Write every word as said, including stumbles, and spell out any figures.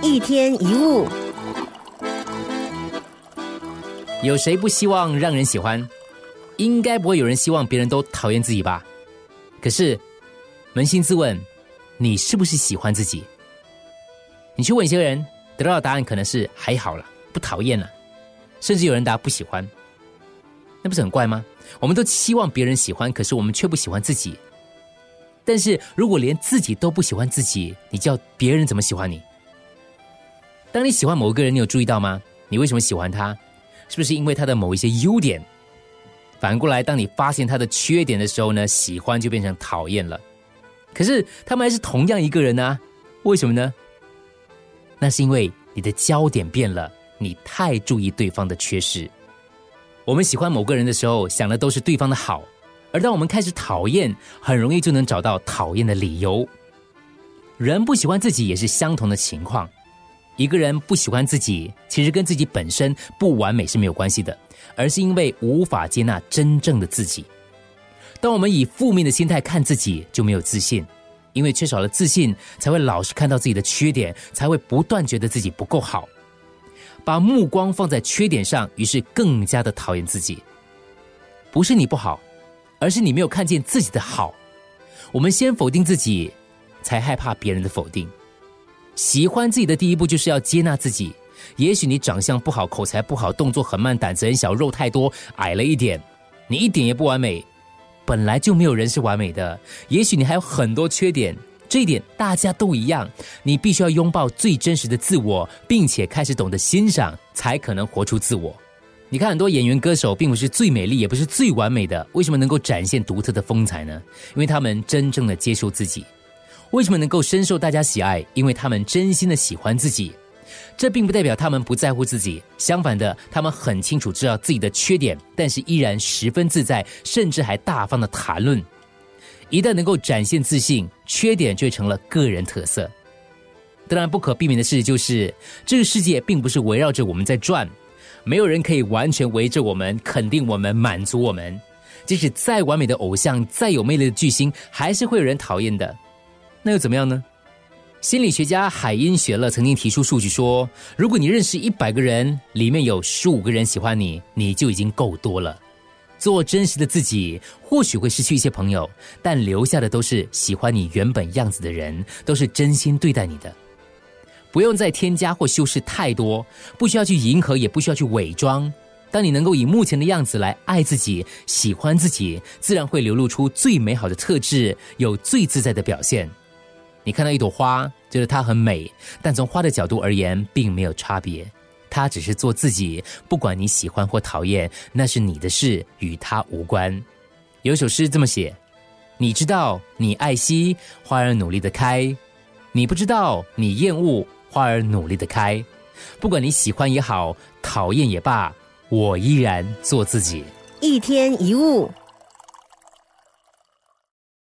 一天一物。 有谁不希望让人喜欢？应该不会有人希望别人都讨厌自己吧？可是扪心自问，你是不是喜欢自己？你去问一些人，得到的答案可能是还好了，不讨厌了，甚至有人答不喜欢。那不是很怪吗？我们都期望别人喜欢，可是我们却不喜欢自己。但是如果连自己都不喜欢自己，你叫别人怎么喜欢你？当你喜欢某个人，你有注意到吗？你为什么喜欢他？是不是因为他的某一些优点？反过来，当你发现他的缺点的时候呢，喜欢就变成讨厌了。可是他们还是同样一个人啊，为什么呢？那是因为你的焦点变了，你太注意对方的缺失。我们喜欢某个人的时候，想的都是对方的好，而当我们开始讨厌，很容易就能找到讨厌的理由。人不喜欢自己也是相同的情况。一个人不喜欢自己，其实跟自己本身不完美是没有关系的，而是因为无法接纳真正的自己。当我们以负面的心态看自己，就没有自信，因为缺少了自信，才会老是看到自己的缺点，才会不断觉得自己不够好。把目光放在缺点上，于是更加的讨厌自己。不是你不好，而是你没有看见自己的好。我们先否定自己，才害怕别人的否定。喜欢自己的第一步就是要接纳自己。也许你长相不好，口才不好，动作很慢，胆子很小，肉太多，矮了一点，你一点也不完美。本来就没有人是完美的，也许你还有很多缺点，这一点大家都一样。你必须要拥抱最真实的自我，并且开始懂得欣赏，才可能活出自我。你看很多演员歌手并不是最美丽，也不是最完美的，为什么能够展现独特的风采呢？因为他们真正的接受自己。为什么能够深受大家喜爱？因为他们真心的喜欢自己。这并不代表他们不在乎自己，相反的，他们很清楚知道自己的缺点，但是依然十分自在，甚至还大方的谈论。一旦能够展现自信，缺点就会成了个人特色。当然不可避免的事就是，这个世界并不是围绕着我们在转，没有人可以完全围着我们，肯定我们，满足我们。即使再完美的偶像，再有魅力的巨星，还是会有人讨厌的。那又怎么样呢？心理学家海因雪勒曾经提出数据说，如果你认识一百个人，里面有十五个人喜欢你，你就已经够多了。做真实的自己，或许会失去一些朋友，但留下的都是喜欢你原本样子的人，都是真心对待你的。不用再添加或修饰太多，不需要去迎合，也不需要去伪装。当你能够以目前的样子来爱自己，喜欢自己，自然会流露出最美好的特质，有最自在的表现。你看到一朵花，觉得它很美，但从花的角度而言，并没有差别。它只是做自己，不管你喜欢或讨厌，那是你的事，与它无关。有首诗这么写：你知道你爱惜，花儿努力地开；你不知道你厌恶，花儿努力地开。不管你喜欢也好，讨厌也罢，我依然做自己。 一天一物。